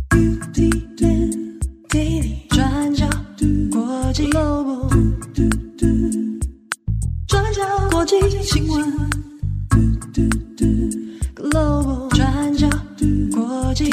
转角国际 Global， 转角国际新闻 Global， 转角国际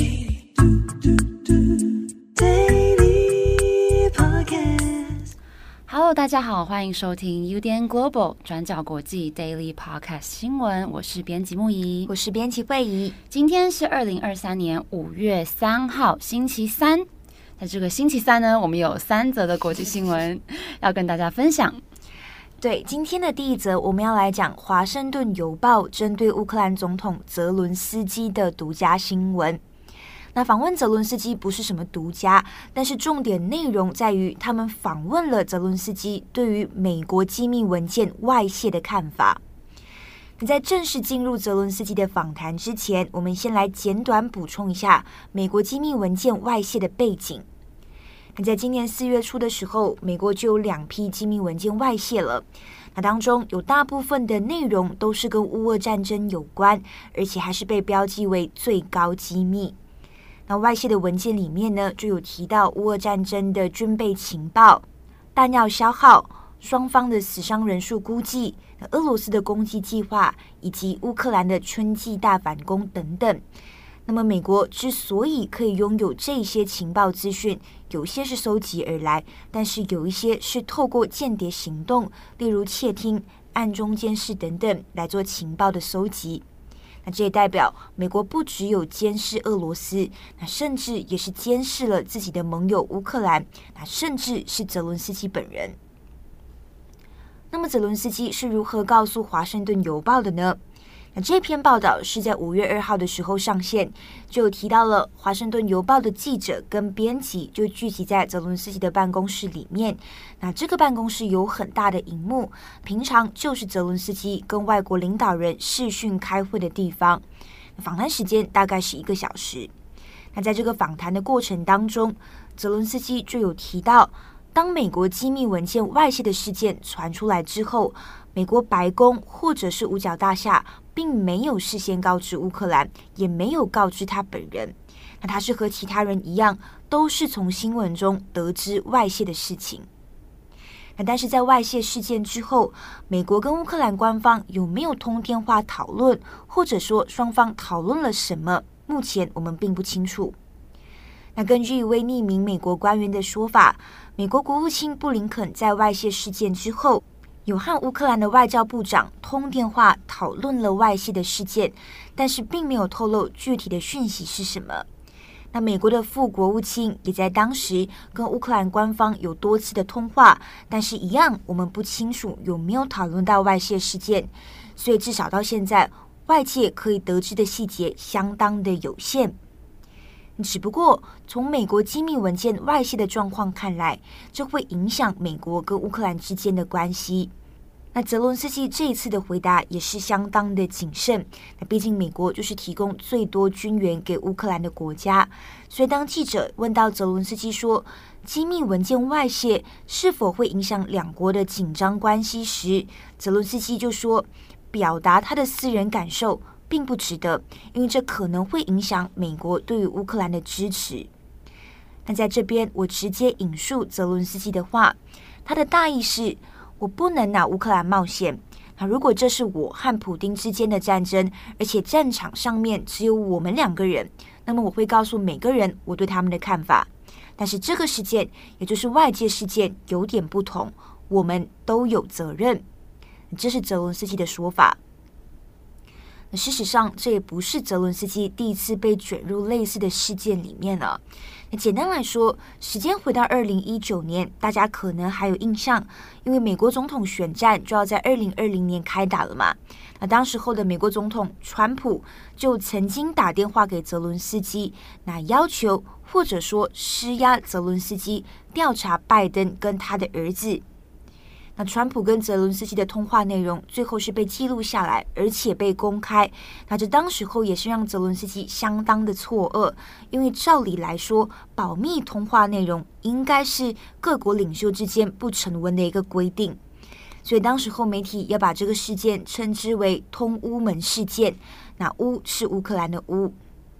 Daily Podcast。Hello， 大家好，欢迎收听 UDN Global 转角国际 Daily Podcast 新闻，我是编辑木仪， 我是编辑慧仪。 今天是2023年5月3号，星期三。在这个星期三呢，我们有3则的国际新闻要跟大家分享。 对，今天的第一则，我们要来讲《华盛顿邮报》针对乌克兰总统泽伦斯基的独家新闻。那访问泽伦斯基不是什么独家，但是重点内容在于他们访问了泽伦斯基对于美国机密文件外泄的看法。在正式进入泽伦斯基的访谈之前，我们先来简短补充一下美国机密文件外泄的背景。在今年4月初的时候，美国就有2批机密文件外泄了。那当中有大部分的内容都是跟乌俄战争有关，而且还是被标记为最高机密。那外泄的文件里面呢，就有提到乌俄战争的军备情报、弹药消耗、双方的死伤人数估计、俄罗斯的攻击计划以及乌克兰的春季大反攻等等。那么美国之所以可以拥有这些情报资讯，有些是搜集而来，但是有一些是透过间谍行动，例如窃听、暗中监视等等来做情报的搜集。那这也代表美国不只有监视俄罗斯，那甚至也是监视了自己的盟友乌克兰，那甚至是泽伦斯基本人。那么泽伦斯基是如何告诉华盛顿邮报的呢？那这篇报道是在5月2号的时候上线，就有提到了华盛顿邮报的记者跟编辑就聚集在泽伦斯基的办公室里面。那这个办公室有很大的萤幕，平常就是泽伦斯基跟外国领导人视讯开会的地方。访谈时间大概是1个小时。那在这个访谈的过程当中，泽伦斯基就有提到，当美国机密文件外泄的事件传出来之后，美国白宫或者是五角大厦并没有事先告知乌克兰，也没有告知他本人。那他是和其他人一样，都是从新闻中得知外泄的事情。那但是在外泄事件之后，美国跟乌克兰官方有没有通电话讨论，或者说双方讨论了什么，目前我们并不清楚。那根据一位匿名美国官员的说法，美国国务卿布林肯在外泄事件之后，有和乌克兰的外交部长通电话讨论了外泄的事件，但是并没有透露具体的讯息是什么。那美国的副国务卿也在当时跟乌克兰官方有多次的通话，但是一样我们不清楚有没有讨论到外泄事件，所以至少到现在外界可以得知的细节相当的有限。只不过从美国机密文件外泄的状况看来，这会影响美国跟乌克兰之间的关系。那泽伦斯基这一次的回答也是相当的谨慎，那毕竟美国就是提供最多军援给乌克兰的国家，所以当记者问到泽伦斯基说机密文件外泄是否会影响两国的紧张关系时，泽伦斯基就说表达他的私人感受并不值得，因为这可能会影响美国对于乌克兰的支持。那在这边我直接引述泽伦斯基的话，他的大意是，我不能拿乌克兰冒险。那如果这是我和普丁之间的战争，而且战场上面只有我们2个人，那么我会告诉每个人我对他们的看法。但是这个事件，也就是外界事件有点不同，我们都有责任。这是泽伦斯基的说法。事实上，这也不是泽伦斯基第一次被卷入类似的事件里面了。简单来说，时间回到2019年，大家可能还有印象，因为美国总统选战就要在2020年开打了嘛。那当时候的美国总统川普就曾经打电话给泽伦斯基，那要求或者说施压泽伦斯基调查拜登跟他的儿子。那川普跟泽伦斯基的通话内容最后是被记录下来，而且被公开。那这当时候也是让泽伦斯基相当的错愕，因为照理来说，保密通话内容应该是各国领袖之间不成文的一个规定。所以当时候媒体要把这个事件称之为通乌门事件，那乌是乌克兰的乌。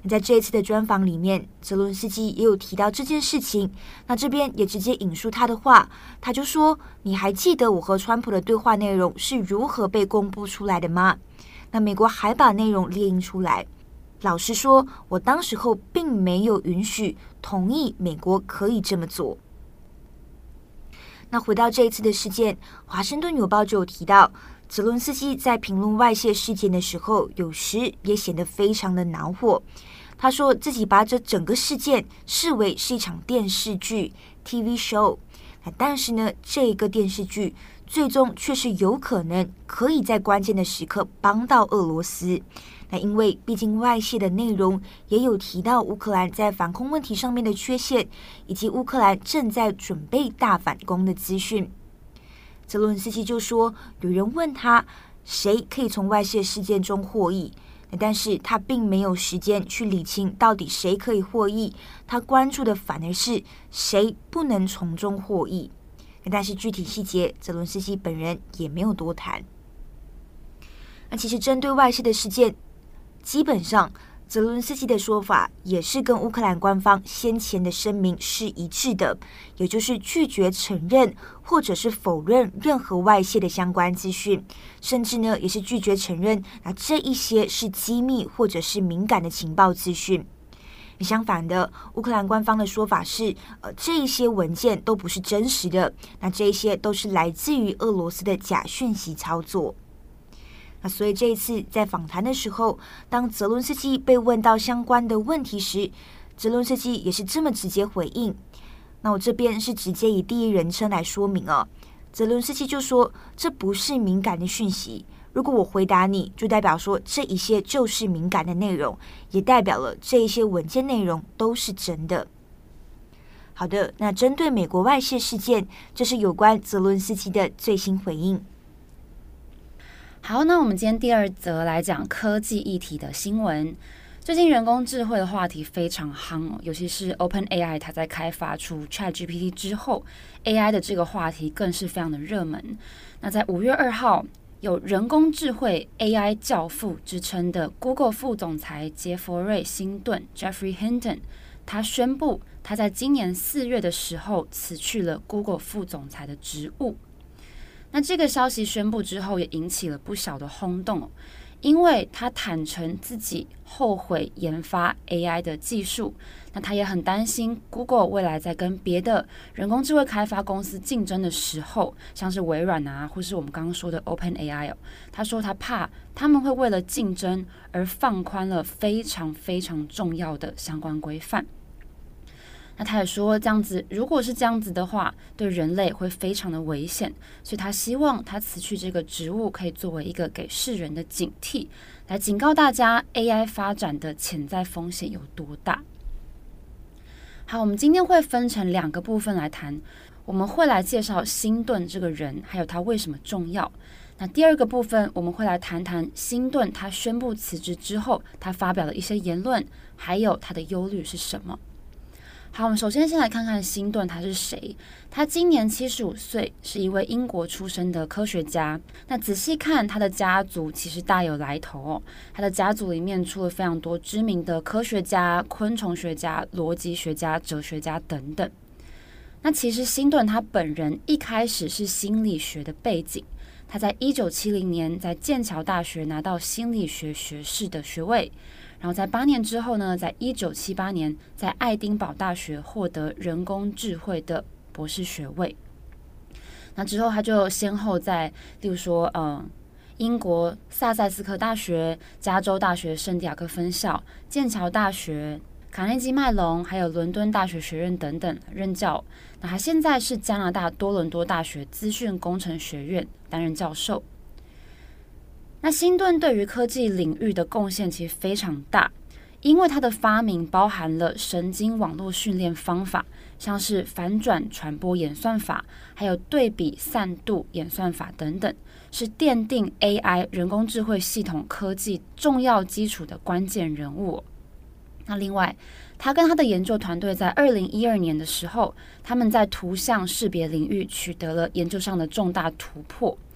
在这一次的专访里面，泽伦斯基也有提到这件事情。那这边也直接引述他的话，他就说：“你还记得我和川普的对话内容是如何被公布出来的吗？那美国还把内容列印出来。老实说，我当时候并没有允许、同意美国可以这么做。”那回到这一次的事件，华盛顿邮报就有提到，泽伦斯基在评论外泄事件的时候，有时也显得非常的恼火。他说自己把这整个事件视为是一场电视剧 TV show， 但是呢，这个电视剧最终却是有可能可以在关键的时刻帮到俄罗斯。那因为毕竟外泄的内容也有提到乌克兰在防空问题上面的缺陷，以及乌克兰正在准备大反攻的资讯。泽伦斯基就说，有人问他谁可以从外泄事件中获益，但是他并没有时间去理清到底谁可以获益，他关注的反而是谁不能从中获益。但是具体细节，泽伦斯基本人也没有多谈。那其实针对外泄的事件，基本上泽伦斯基的说法也是跟乌克兰官方先前的声明是一致的，也就是拒绝承认或者是否认任何外泄的相关资讯，甚至呢也是拒绝承认这一些是机密或者是敏感的情报资讯。相反的，乌克兰官方的说法是，这一些文件都不是真实的，那这一些都是来自于俄罗斯的假讯息操作。那所以这一次在访谈的时候，当泽伦斯基被问到相关的问题时，泽伦斯基也是这么直接回应。那我这边是直接以第一人称来说明哦。泽伦斯基就说，这不是敏感的讯息，如果我回答你，就代表说这一些就是敏感的内容，也代表了这一些文件内容都是真的。好的，那针对美国外泄事件，这是有关泽伦斯基的最新回应。 好，那我们今天第二则来讲科技议题的新闻。最近人工智慧的话题非常夯哦，尤其是 OpenAI 它在开发出 ChatGPT 之后 ，AI 的这个话题更是非常的热门。那在5月2号，有人工智慧 AI 教父之称的 Google 副总裁杰佛瑞·辛顿 Jeffrey Hinton， 他宣布他在今年4月的时候辞去了 Google 副总裁的职务。那这个消息宣布之后，也引起了不小的轰动哦，因为他坦诚自己后悔研发 AI 的技术。那他也很担心 Google 未来在跟别的人工智慧开发公司竞争的时候，像是微软啊，或是我们刚刚说的 OpenAI 哦，他说他怕他们会为了竞争而放宽了非常非常重要的相关规范。那他也说，这样子如果是这样子的话，对人类会非常的危险，所以他希望他辞去这个职务可以作为一个给世人的警惕，来警告大家 AI 发展的潜在风险有多大。好，我们今天会分成2个部分来谈，我们会来介绍辛顿这个人，还有他为什么重要。那第2个部分，我们会来谈谈辛顿他宣布辞职之后，他发表的一些言论，还有他的忧虑是什么。好，我们首先先来看看辛顿他是谁。他今年75岁，是一位英国出生的科学家。那仔细看他的家族，其实大有来头哦。他的家族里面出了非常多知名的科学家、昆虫学家、逻辑学家、哲学家等等。那其实辛顿他本人一开始是心理学的背景，他在1970年在剑桥大学拿到心理学学士的学位。然后在8年之后呢，在1978年在爱丁堡大学获得人工智慧的博士学位。那之后他就先后在例如说英国萨塞斯克大学、加州大学圣地亚哥分校、剑桥大学、卡内基麦隆还有伦敦大学学院等等任教。那他现在是加拿大多伦多大学资讯工程学院担任教授。那辛顿对于科技领域的贡献其实非常大，因为他的发明包含了神经网络训练方法，像是反转传播演算法，还有对比散度演算法等等，是奠定 AI 人工智慧系统科技重要基础的关键人物。那另外，他跟他的研究团队在2012年的时候，他们在图像识别领域取得了研究上的重大突破。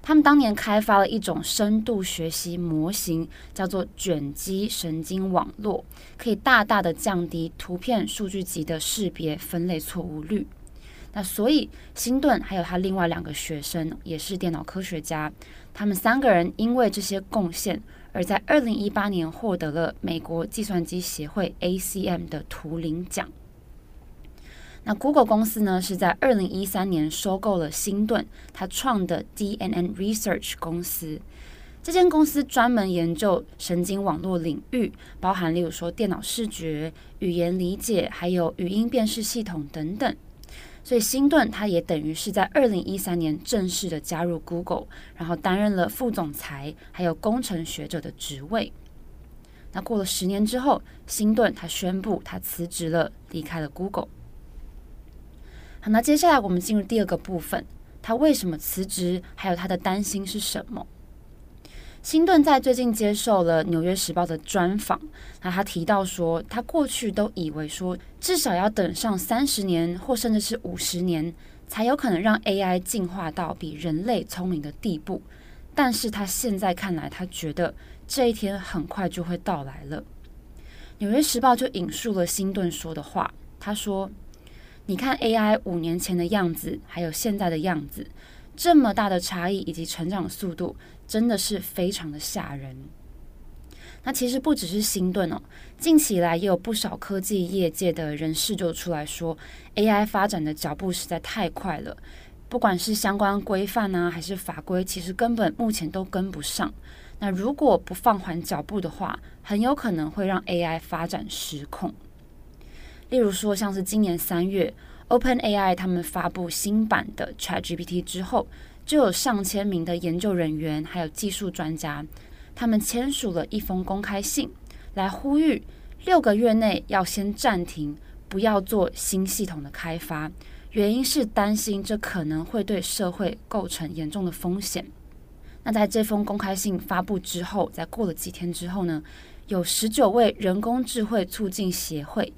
他们当年开发了一种深度学习模型，叫做卷积神经网络，可以大大的降低图片数据集的识别分类错误率。那所以辛顿还有他另外2个学生也是电脑科学家，他们3个人因为这些贡献，而在2018年获得了美国计算机协会 ACM 的图灵奖。那 Google 公司呢，是在2013年收购了辛顿他创的 DNN Research 公司。这间公司专门研究神经网络领域，包含例如说电脑视觉、语言理解，还有语音辨识系统等等。所以辛顿他也等于是在2013年正式的加入 Google， 然后担任了副总裁还有工程学者的职位。那过了10年之后，辛顿他宣布他辞职了，离开了 Google。好，那接下来我们进入第2个部分，他为什么辞职，还有他的担心是什么？辛顿在最近接受了《纽约时报》的专访，那他提到说，他过去都以为说，至少要等上30年或甚至是50年，才有可能让 AI 进化到比人类聪明的地步。但是他现在看来，他觉得这一天很快就会到来了。《纽约时报》就引述了辛顿说的话，他说：“你看 AI 5年前的样子，还有现在的样子，这么大的差异以及成长速度，真的是非常的吓人。”那其实不只是辛顿哦，近期以来也有不少科技业界的人士就出来说 ，AI 发展的脚步实在太快了，不管是相关规范啊，还是法规，其实根本目前都跟不上。那如果不放缓脚步的话，很有可能会让 AI 发展失控。例如说，像是今年3月 ，OpenAI 他们发布新版的 ChatGPT 之后，就有上千名的研究人员还有技术专家，他们签署了一封公开信，来呼吁6个月内要先暂停，不要做新系统的开发。原因是担心这可能会对社会构成严重的风险。那在这封公开信发布之后，在过了几天之后呢，有19位人工智慧促进协会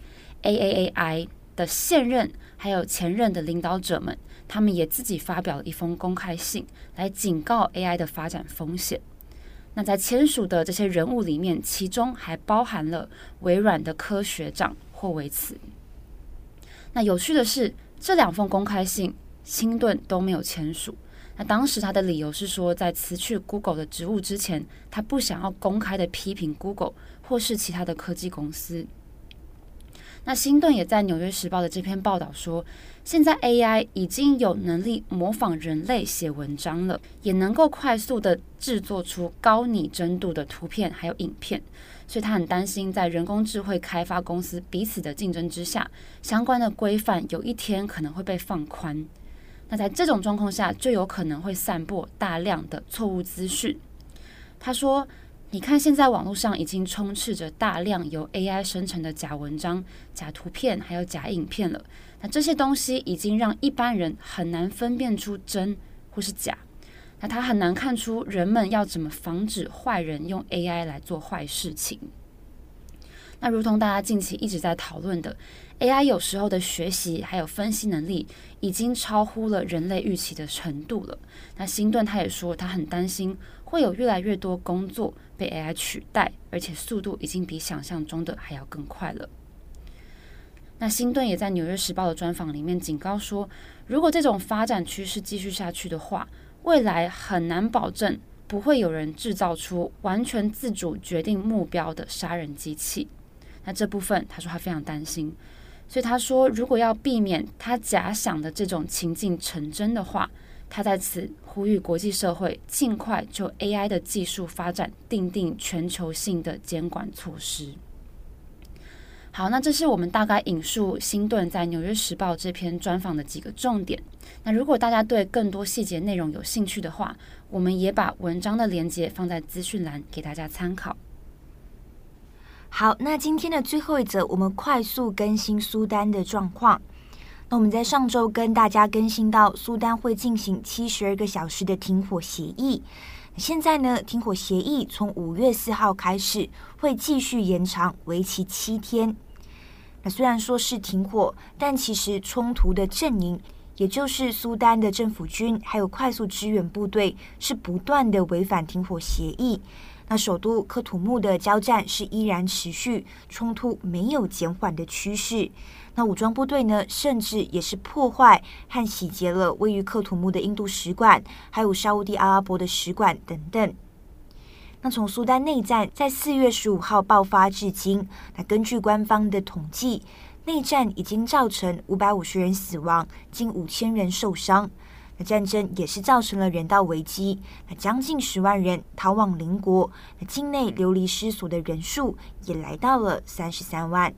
AAAI 的现任还有前任的领导者们，他们也自己发表了一封公开信，来警告 AI 的发展风险。那在签署的这些人物里面，其中还包含了微软的科学长霍维茨。那有趣的是，这2封公开信，辛顿都没有签署。那当时他的理由是说，在辞去 Google 的职务之前，他不想要公开的批评 Google 或是其他的科技公司。那辛顿也在《纽约时报》的这篇报道说，现在 AI 已经有能力模仿人类写文章了，也能够快速的制作出高拟真度的图片还有影片，所以他很担心在人工智慧开发公司彼此的竞争之下，相关的规范有一天可能会被放宽。那在这种状况下，就有可能会散播大量的错误资讯。他说，你看现在网络上已经充斥着大量由 AI 生成的假文章、假图片还有假影片了，那这些东西已经让一般人很难分辨出真或是假，那他很难看出人们要怎么防止坏人用 AI 来做坏事情。那如同大家近期一直在讨论的， AI 有时候的学习还有分析能力已经超乎了人类预期的程度了。那辛顿他也说，他很担心会有越来越多工作被 AI 取代，而且速度已经比想象中的还要更快了。那辛顿也在《纽约时报》的专访里面警告说，如果这种发展趋势继续下去的话，未来很难保证不会有人制造出完全自主决定目标的杀人机器。那这部分他说他非常担心，所以他说如果要避免他假想的这种情境成真的话，他在此呼吁国际社会尽快就 AI 的技术发展订定全球性的监管措施。好，那这是我们大概引述辛顿在《纽约时报》这篇专访的几个重点。那如果大家对更多细节内容有兴趣的话，我们也把文章的连结放在资讯栏给大家参考。 好，那今天的最后一则，我们快速更新苏丹的状况。那我们在上周跟大家更新到，苏丹会进行72个小时的停火协议。现在呢，停火协议从5月4号开始，会继续延长，为期7天。那虽然说是停火，但其实冲突的阵营也就是苏丹的政府军还有快速支援部队是不断的违反停火协议。那首都喀土穆的交战是依然持续，冲突没有减缓的趋势。那武装部队呢，甚至也是破坏和洗劫了位于喀土穆的印度使馆，还有沙烏地阿拉伯的使馆等等。那从苏丹内战在4月15号爆发至今，那根据官方的统计，内战已经造成550人死亡，近5000人受伤。那战争也是造成了人道危机，那将近10万人逃往邻国，那境内流离失所的人数也来到了33万。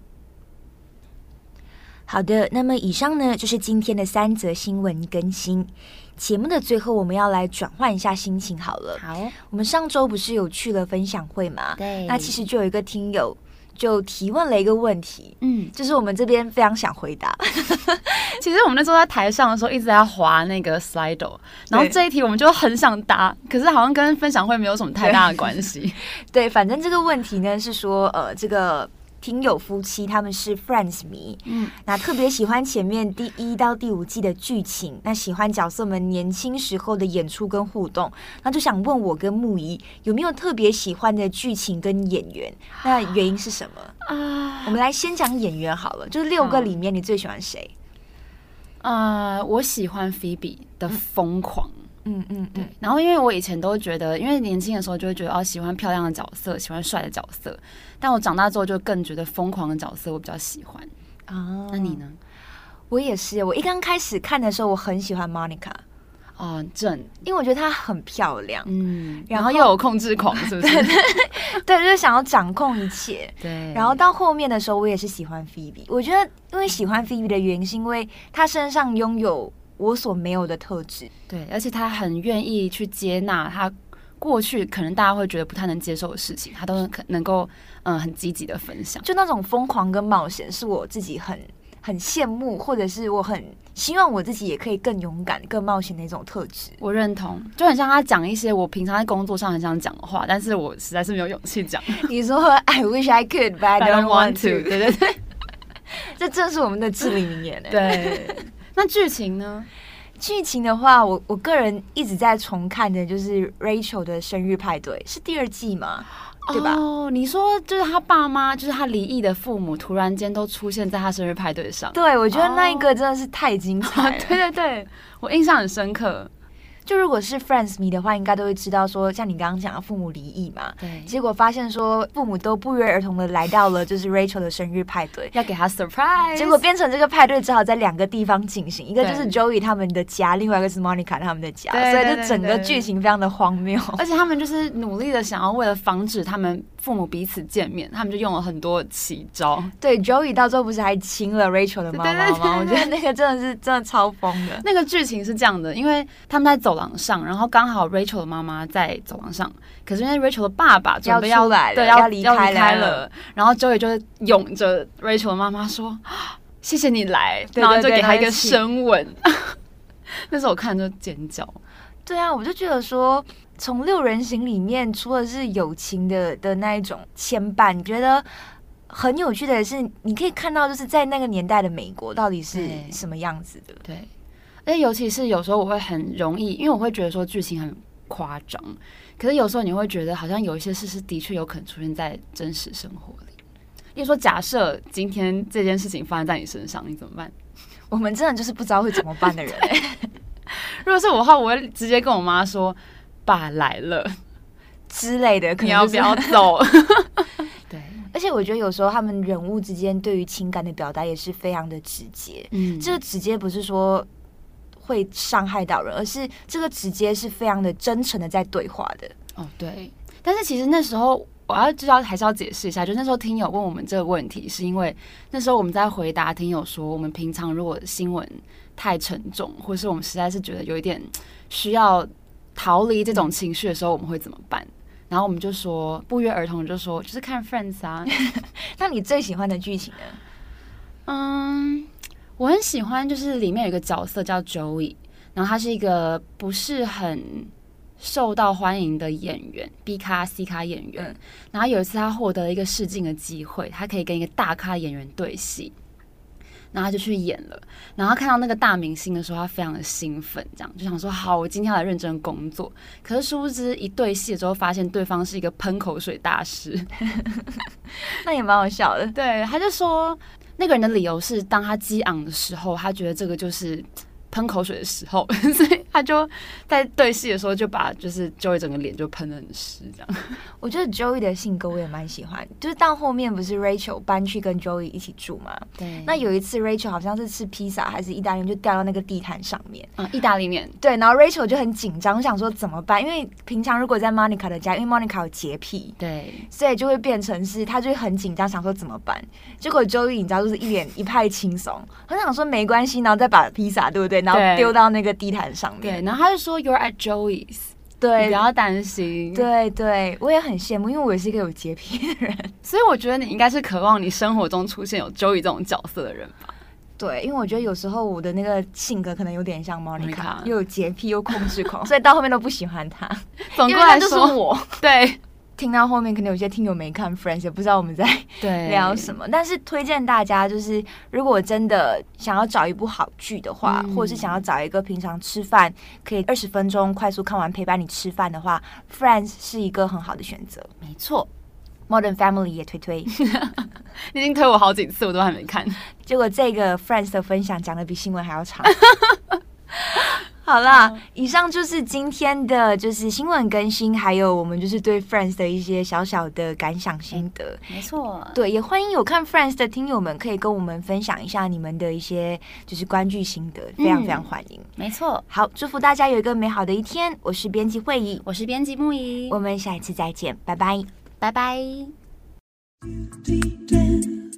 好的，那么以上呢就是今天的3则新闻更新。节目的最后，我们要来转换一下心情好了。 好， 我们上周不是有去了分享会吗？ 对， 那其实就有一个听友就提问了一个问题，就是我们这边非常想回答。 其实我们那时候在台上的时候一直在滑那个 Slido， 然后这一题我们就很想答，可是好像跟分享会没有什么太大的关系。 对，反正这个问题呢是说，这个听友夫妻他们是 Friends 迷，那特别喜欢前面第1到第5季的剧情，那喜欢角色们年轻时候的演出跟互动，那就想问我跟木仪有没有特别喜欢的剧情跟演员，那原因是什么啊？我们来先讲演员好了，就是6个里面你最喜欢谁？ 我喜欢 Phoebe 的疯狂。对。然后因为我以前都觉得，因为年轻的时候就会觉得喜欢漂亮的角色，喜欢帅的角色，但我长大之后就更觉得疯狂的角色我比较喜欢啊。那你呢？ 我也是，我一刚开始看的时候我很喜欢 Monica。 正， 因为我觉得她很漂亮， 然后又有控制狂，是不是？ 对，就是想要掌控一切。 对， 然后到后面的时候，我也是喜欢 Phoebe。我觉得，因为喜欢 Phoebe 的原因，是因为她身上拥有我所没有的特质。 对，而且她很愿意去接纳她过去可能大家会觉得不太能接受的事情，她都能够很积极的分享。 就那种疯狂跟冒险，是我自己很羡慕，或者是我很希望我自己也可以更勇敢、更冒险的一种特质。 我认同，就很像他讲一些我平常在工作上很想讲的话，但是我实在是没有勇气讲。 你说 I wish I could, but I don't want to。 对对对， 这正是我们的至理名言。 对，那剧情呢？ 剧情的话，我个人一直在重看的就是 Rachel 的生日派对，是第2季吗？对吧？ 你说就是他爸妈，就是他离异的父母，突然间都出现在他生日派对上。 对，我觉得那一个真的是太精彩了。 对对对，我印象很深刻。 就如果是 Friends 迷的话，应该都会知道说，像你刚刚讲的父母离异嘛， 对， 结果发现说父母都不约而同的来到了就是 Rachel 的生日派对， 要给他 surprise， 结果变成这个派对只好在2个地方进行，一个就是 Joey 他们的家，另外一个是 Monica 他们的家，所以就整个剧情非常的荒谬。 而且他们就是努力的想要为了防止他们父母彼此见面，他们就用了很多奇招。 对 ，Joey 到最后不是还亲了 Rachel 的妈妈吗？我觉得那个真的超疯的。 那个剧情是这样的，因为他们在走廊上，然后刚好 Rachel 的妈妈在走廊上，可是因为 Rachel 的爸爸准备要出来了， 对，要离开了，然后 Joey 就拥着 Rachel 的妈妈说：“谢谢你来。”然后就给他一个深吻。那时候我看就尖叫。 对啊，我就觉得说，从6人行里面，除了是友情的那一种牵绊，你觉得很有趣的是，你可以看到就是在那个年代的美国到底是什么样子的。 对，而且尤其是有时候我会很容易，因为我会觉得说剧情很夸张，可是有时候你会觉得好像有一些事是的确有可能出现在真实生活里。例如说，假设今天这件事情发生在你身上，你怎么办？ 我们真的就是不知道会怎么办的人。 如果是我的话，我会直接跟我妈说：“爸来了之类的， 你要不要走？”对， 而且我觉得有时候他们人物之间对于情感的表达也是非常的直接。这个直接不是说会伤害到人，而是这个直接是非常的真诚的在对话的。 对。但是其实那时候还是要解释一下，就那时候听友问我们这个问题，是因为那时候我们在回答听友说，我们平常如果新闻太沉重，或是我们实在是觉得有一点需要逃离这种情绪的时候，我们会怎么办？然后我们就说不约而同就说就是看 Friends 啊。 那你最喜欢的剧情呢？我很喜欢就是里面有一个角色叫 Joey， 然后他是一个不是很受到欢迎的演员 B 咖 C 咖演员，然后有一次他获得了一个试镜的机会，他可以跟一个大咖演员对戏。 然后他就去演了。然后他看到那个大明星的时候，他非常的兴奋，这样就想说好，我今天要来认真工作。可是殊不知一对戏之后，发现对方是一个喷口水大师。 那也蛮好笑的。 对，他就说那个人的理由是，当他激昂的时候，他觉得这个就是喷口水的时候，所以他就在对戏的时候就把就是 Joey 整个脸就喷得很湿，这样。 我觉得 Joey 的性格我也蛮喜欢，就是到后面不是 Rachel 搬去跟 Joey 一起住嘛？ 对。 那有一次 Rachel 好像是吃披萨还是意大利面，就掉到那个地毯上面。 意大利面。 对，然后 Rachel 就很紧张，想说怎么办？因为平常如果在 Monica 的家，因为 Monica 有洁癖， 对， 所以就会变成是他就会很紧张，想说怎么办？结果 Joey 你知道就是一派轻松，他想说没关系，然后再把披萨对不对？然后丢到那个地毯上面。 对，然后他就说 You're at Joey's。 对， 你不要担心。 对对，我也很羡慕，因为我也是一个有洁癖的人， 所以我觉得你应该是渴望你生活中出现有 Joey 这种角色的人吧。 对，因为我觉得有时候我的那个性格可能有点像 Monica， 又有洁癖又控制狂，所以到后面都不喜欢他。 总归来说， 就是我。 对。 听到后面，可能有些听友没看 Friends， 也不知道我们在聊什么。但是推荐大家，就是如果真的想要找一部好剧的话，或者是想要找一个平常吃饭可以20分钟快速看完陪伴你吃饭的话， Friends 是一个很好的选择。 没错。 Modern Family 也推。 你已经推我好几次，我都还没看。 结果这个 Friends 的分享讲的比新闻还要长。好啦，以上就是今天的就是新闻更新，还有我们就是对 Friends 的一些小小的感想心得。 没错， 对，也欢迎有看 Friends 的听友们可以跟我们分享一下你们的一些就是观剧心得，非常非常欢迎。 没错， 好，祝福大家有一个美好的一天。我是编辑慧仪， 我是编辑木仪， 我们下一次再见，拜拜， 拜拜。